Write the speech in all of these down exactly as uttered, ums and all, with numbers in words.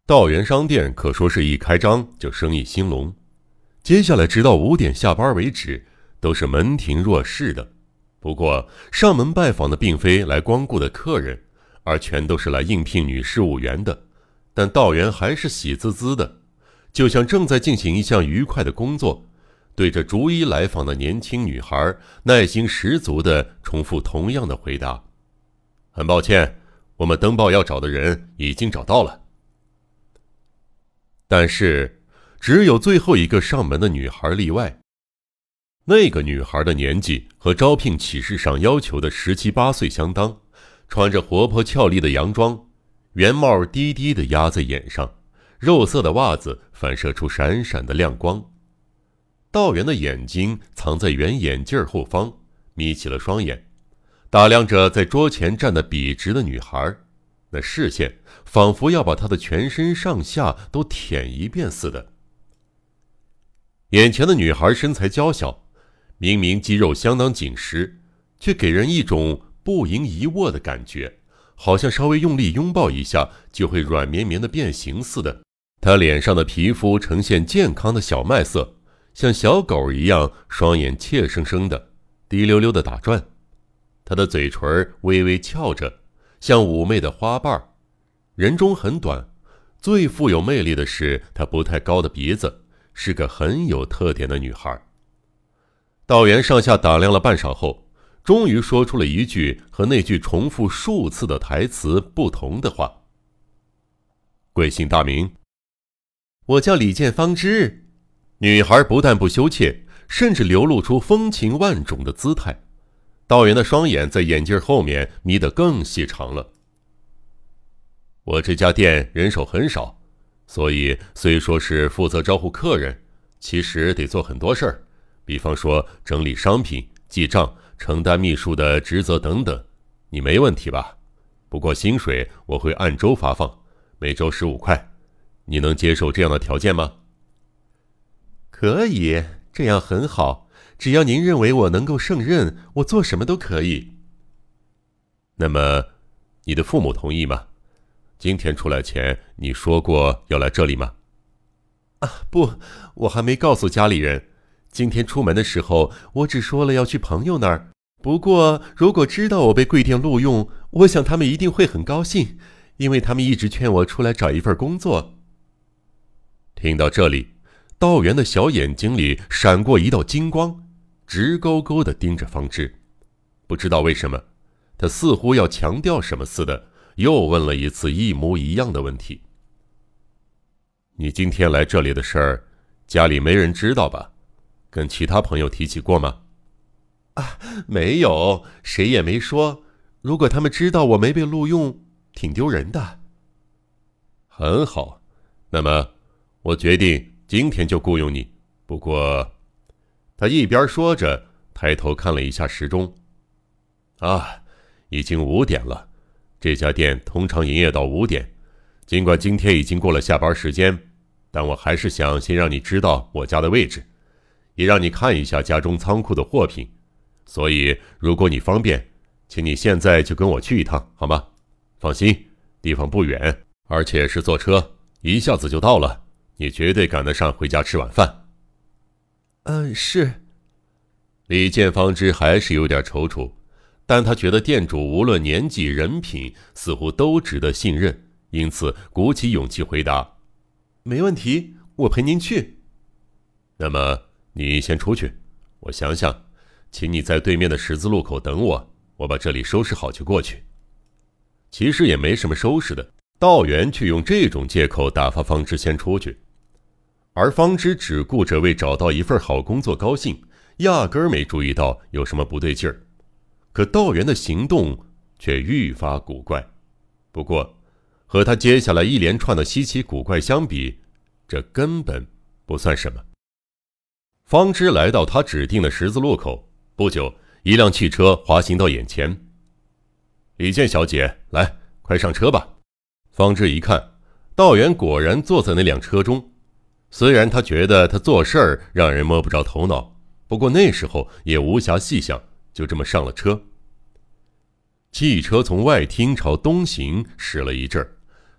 道元商店可说是一开张就生意兴隆，接下来直到五点下班为止，都是门庭若市的。不过上门拜访的并非来光顾的客人，而全都是来应聘女事务员的。但道元还是喜滋滋的，就像正在进行一项愉快的工作，对着逐一来访的年轻女孩耐心十足地重复同样的回答：很抱歉，我们登报要找的人已经找到了。但是只有最后一个上门的女孩例外。那个女孩的年纪和招聘启事上要求的十七八岁相当，穿着活泼俏丽的洋装，圆帽低低地压在眼上，肉色的袜子反射出闪闪的亮光。道元的眼睛藏在圆眼镜后方，眯起了双眼，打量着在桌前站得笔直的女孩，那视线仿佛要把她的全身上下都舔一遍似的。眼前的女孩身材娇小，明明肌肉相当紧实，却给人一种不盈一握的感觉，好像稍微用力拥抱一下就会软绵绵的变形似的。她脸上的皮肤呈现健康的小麦色，像小狗一样，双眼怯生生的滴溜溜的打转。她的嘴唇微微翘着，像妩媚的花瓣，人中很短。最富有魅力的是她不太高的鼻子，是个很有特点的女孩。道元上下打量了半晌后，终于说出了一句和那句重复数次的台词不同的话：贵姓大名？我叫李建方之。女孩不但不羞怯，甚至流露出风情万种的姿态。道元的双眼在眼镜后面眯得更细长了。我这家店人手很少，所以虽说是负责招呼客人，其实得做很多事儿，比方说整理商品、记账、承担秘书的职责等等。你没问题吧？不过薪水我会按周发放，每周十五块。你能接受这样的条件吗？可以，这样很好。只要您认为我能够胜任，我做什么都可以。那么，你的父母同意吗？今天出来前，你说过要来这里吗？啊，不，我还没告诉家里人。今天出门的时候，我只说了要去朋友那儿。不过，如果知道我被贵店录用，我想他们一定会很高兴，因为他们一直劝我出来找一份工作。听到这里，道元的小眼睛里闪过一道金光，直勾勾地盯着方知。不知道为什么，他似乎要强调什么似的，又问了一次一模一样的问题：你今天来这里的事儿，家里没人知道吧？跟其他朋友提起过吗？啊，没有，谁也没说。如果他们知道我没被录用，挺丢人的。很好，那么我决定今天就雇佣你。不过，他一边说着，抬头看了一下时钟。啊，已经五点了。这家店通常营业到五点，尽管今天已经过了下班时间，但我还是想先让你知道我家的位置，也让你看一下家中仓库的货品。所以，如果你方便，请你现在就跟我去一趟，好吗？放心，地方不远，而且是坐车，一下子就到了，你绝对赶得上回家吃晚饭。嗯，是。李建方知还是有点踌躇，但他觉得店主无论年纪、人品，似乎都值得信任，因此鼓起勇气回答：没问题，我陪您去。那么你先出去，我想想，请你在对面的十字路口等我，我把这里收拾好就过去。其实也没什么收拾的，道元却用这种借口打发方知先出去。而方知只顾着为找到一份好工作高兴，压根儿没注意到有什么不对劲儿。可道元的行动却愈发古怪。不过，和他接下来一连串的稀奇古怪相比，这根本不算什么。方知来到他指定的十字路口，不久，一辆汽车滑行到眼前。李健小姐，来，快上车吧。方知一看，道元果然坐在那辆车中。虽然他觉得他做事儿让人摸不着头脑，不过那时候也无暇细想，就这么上了车。汽车从外厅朝东行驶了一阵儿，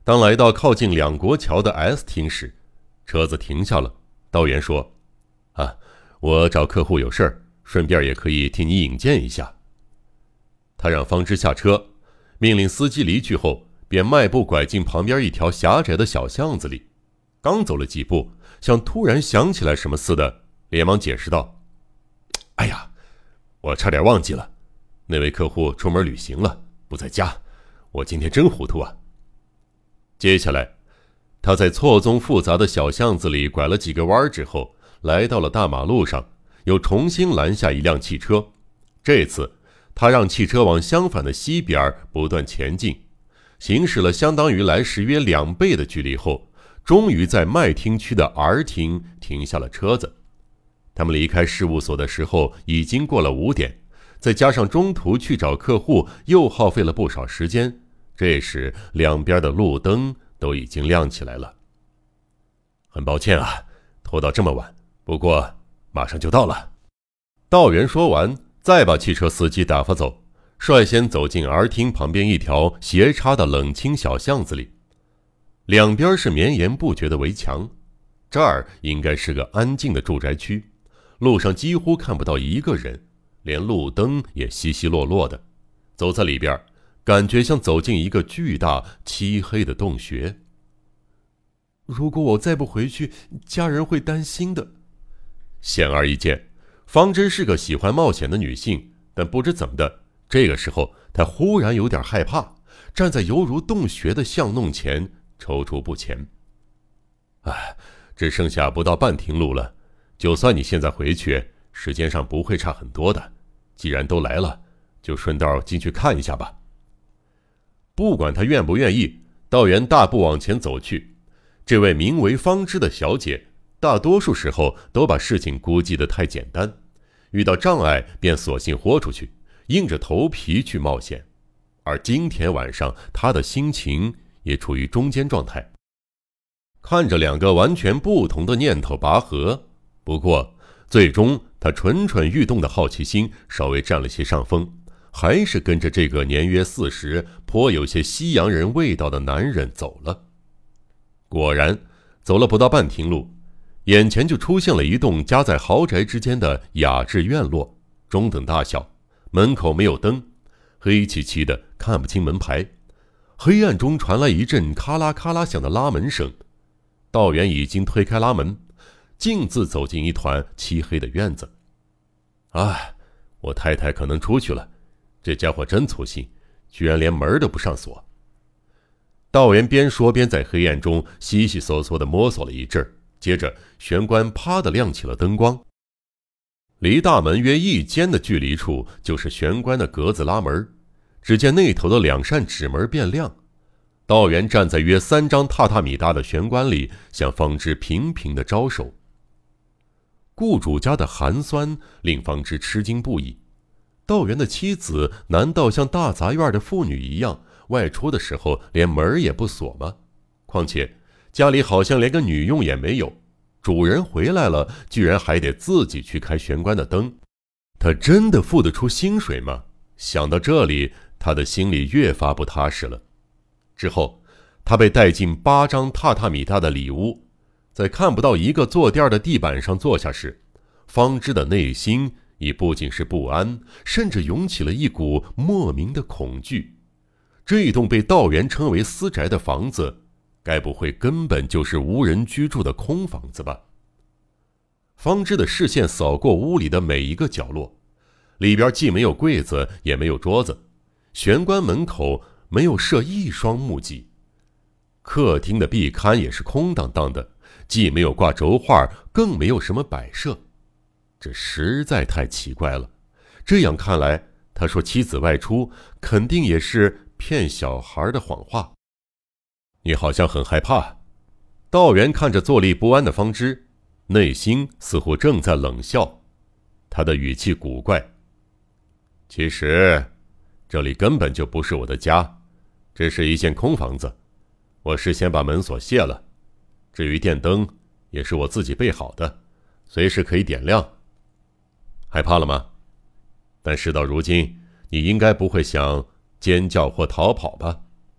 当来到靠近两国桥的 S 厅时，车子停下了。道员说：“啊，我找客户有事儿，顺便也可以替你引荐一下。”他让方知下车，命令司机离去后，便迈步拐进旁边一条狭窄的小巷子里。刚走了几步，像突然想起来什么似的，连忙解释道：“哎呀，我差点忘记了，那位客户出门旅行了，不在家，我今天真糊涂啊。”接下来，他在错综复杂的小巷子里拐了几个弯之后，来到了大马路上，又重新拦下一辆汽车。这次他让汽车往相反的西边不断前进，行驶了相当于来时约两倍的距离后，终于在麦厅区的 R 厅停下了车子。他们离开事务所的时候已经过了五点，再加上中途去找客户又耗费了不少时间，这时两边的路灯都已经亮起来了。很抱歉啊，拖到这么晚，不过马上就到了。道员说完，再把汽车司机打发走，率先走进 R 厅旁边一条斜插的冷清小巷子里。两边是绵延不绝的围墙，这儿应该是个安静的住宅区，路上几乎看不到一个人，连路灯也稀稀落落的。走在里边，感觉像走进一个巨大漆黑的洞穴。如果我再不回去，家人会担心的。显而易见，方知是个喜欢冒险的女性，但不知怎么的，这个时候她忽然有点害怕，站在犹如洞穴的巷弄前踌躇不前。哎，只剩下不到半亭路了，就算你现在回去，时间上不会差很多的。既然都来了，就顺道进去看一下吧。不管他愿不愿意，道员大步往前走去。这位名为方知的小姐，大多数时候都把事情估计得太简单，遇到障碍便索性豁出去，硬着头皮去冒险。而今天晚上，她的心情也处于中间状态。看着两个完全不同的念头拔河，不过最终她蠢蠢欲动的好奇心稍微占了些上风，还是跟着这个年约四十、颇有些西洋人味道的男人走了。果然，走了不到半亭路，眼前就出现了一栋夹在豪宅之间的雅致院落，中等大小，门口没有灯，黑漆漆的，看不清门牌。黑暗中传来一阵咔啦咔啦响的拉门声，道员已经推开拉门，径自走进一团漆黑的院子。哎，我太太可能出去了，这家伙真粗心，居然连门都不上锁。道员边说边在黑暗中悉悉索索地摸索了一阵，接着玄关啪地亮起了灯光。离大门约一间的距离处就是玄关的格子拉门，只见那头的两扇纸门变亮。道员站在约三张榻榻米大的玄关里，向方知频频地招手。雇主家的寒酸令方知吃惊不已。道员的妻子难道像大杂院的妇女一样，外出的时候连门也不锁吗？况且家里好像连个女佣也没有，主人回来了居然还得自己去开玄关的灯。他真的付得出薪水吗？想到这里，他的心里越发不踏实了。之后他被带进八张榻榻米大的里屋，在看不到一个坐垫的地板上坐下时，方知的内心已不仅是不安，甚至涌起了一股莫名的恐惧。这栋被道员称为私宅的房子，该不会根本就是无人居住的空房子吧？方知的视线扫过屋里的每一个角落，里边既没有柜子，也没有桌子，玄关门口没有设一双木屐，客厅的壁龛也是空荡荡的，既没有挂轴画，更没有什么摆设。这实在太奇怪了。这样看来，他说妻子外出，肯定也是骗小孩的谎话。你好像很害怕。道员看着坐立不安的方知，内心似乎正在冷笑，他的语气古怪。其实这里根本就不是我的家，这是一间空房子，我事先把门锁卸了，至于电灯也是我自己备好的，随时可以点亮。害怕了吗？但事到如今，你应该不会想尖叫或逃跑吧？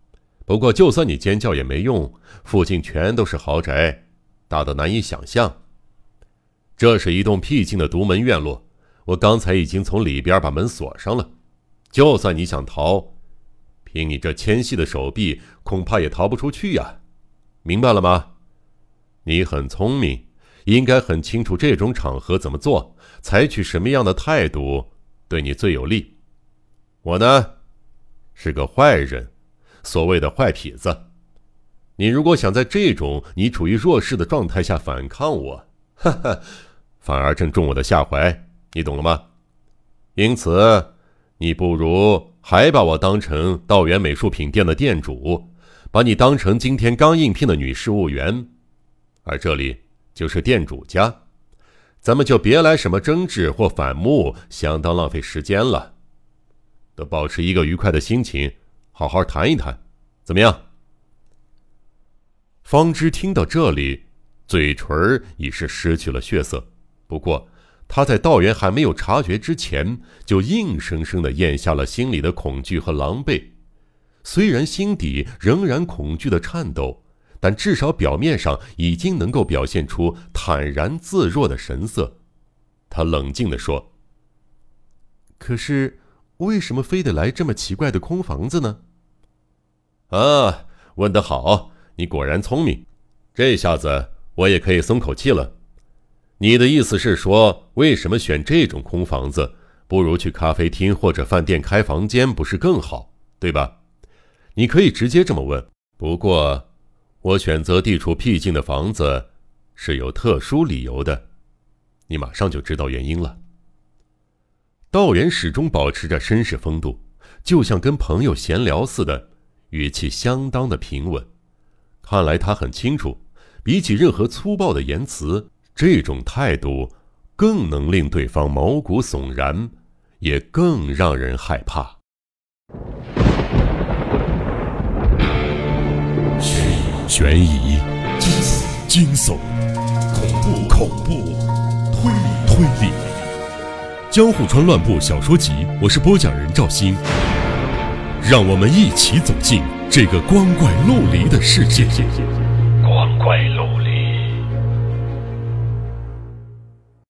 不过就算你尖叫也没用，附近全都是豪宅，大得难以想象。这是一栋僻静的独门院落，我刚才已经从里边把门锁上了，就算你想逃，凭你这纤细的手臂，恐怕也逃不出去呀，明白了吗？你很聪明，应该很清楚这种场合怎么做，采取什么样的态度对你最有利。我呢，是个坏人，所谓的坏痞子。你如果想在这种你处于弱势的状态下反抗我，哈哈，反而正中我的下怀，你懂了吗？因此，你不如还把我当成道元美术品店的店主，把你当成今天刚应聘的女事务员，而这里就是店主家，咱们就别来什么争执或反目，相当浪费时间了。都保持一个愉快的心情，好好谈一谈，怎么样？方知听到这里，嘴唇已是失去了血色，不过他在道元还没有察觉之前，就硬生生地咽下了心里的恐惧和狼狈。虽然心底仍然恐惧的颤抖，但至少表面上已经能够表现出坦然自若的神色。他冷静地说：可是为什么非得来这么奇怪的空房子呢？啊，问得好，你果然聪明，这下子我也可以松口气了。你的意思是说，为什么选这种空房子，不如去咖啡厅或者饭店开房间不是更好，对吧？你可以直接这么问，不过我选择地处僻静的房子是有特殊理由的，你马上就知道原因了。道元始终保持着绅士风度，就像跟朋友闲聊似的，语气相当的平稳。看来他很清楚，比起任何粗暴的言辞，这种态度更能令对方毛骨悚然，也更让人害怕。悬疑、惊悚、恐怖、恐怖、推理、推理。江户川乱步小说集，我是播讲人赵鑫，让我们一起走进这个光怪陆离的世界。光怪陆离。